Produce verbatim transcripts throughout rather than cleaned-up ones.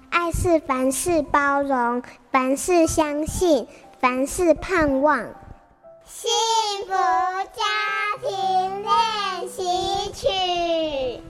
爱是凡事包容，凡事相信，凡事盼望。幸福家庭练习曲。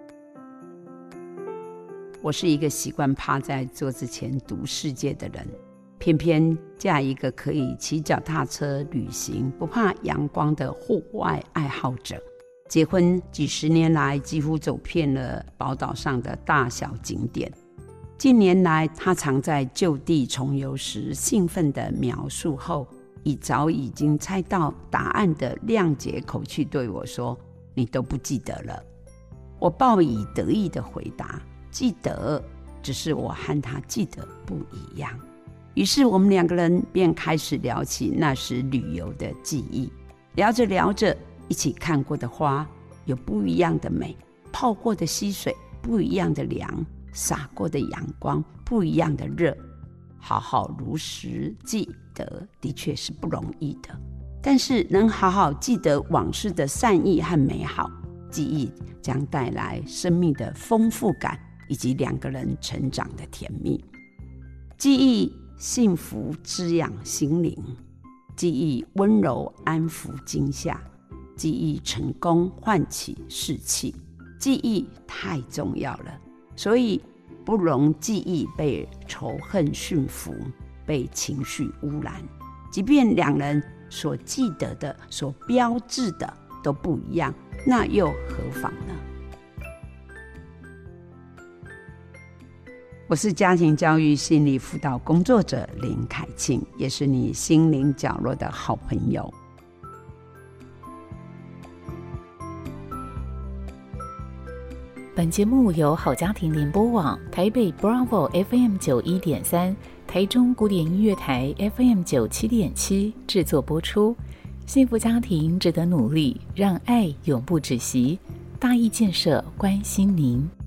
我是一个习惯趴在桌子前读世界的人，偏偏嫁一个可以骑脚踏车旅行不怕阳光的户外爱好者。结婚几十年来几乎走遍了宝岛上的大小景点。近年来他常在就地重游时兴奋地描述后，以早已经猜到答案的谅解口气对我说，你都不记得了。我报以得意的回答，记得，只是我和他记得不一样。于是我们两个人便开始聊起那时旅游的记忆。聊着聊着，一起看过的花有不一样的美，泡过的溪水不一样的凉，洒过的阳光不一样的热。好好如实记得的确是不容易的，但是能好好记得往事的善意和美好，记忆将带来生命的丰富感以及两个人成长的甜蜜。记忆幸福滋养心灵，记忆温柔安抚惊吓，记忆成功唤起士气。记忆太重要了，所以不容记忆被仇恨驯服，被情绪污染。即便两人所记得的、所标志的都不一样，那又何妨呢？我是家庭教育心理辅导工作者林凯庆，也是你心灵角落的好朋友。 本节目由好家庭联播网、台北 Bravo F M 九一点三、台中古典音乐台 F M 九七点七制作播出。幸福家庭值得努力，让爱永不止息。大义建设关心您。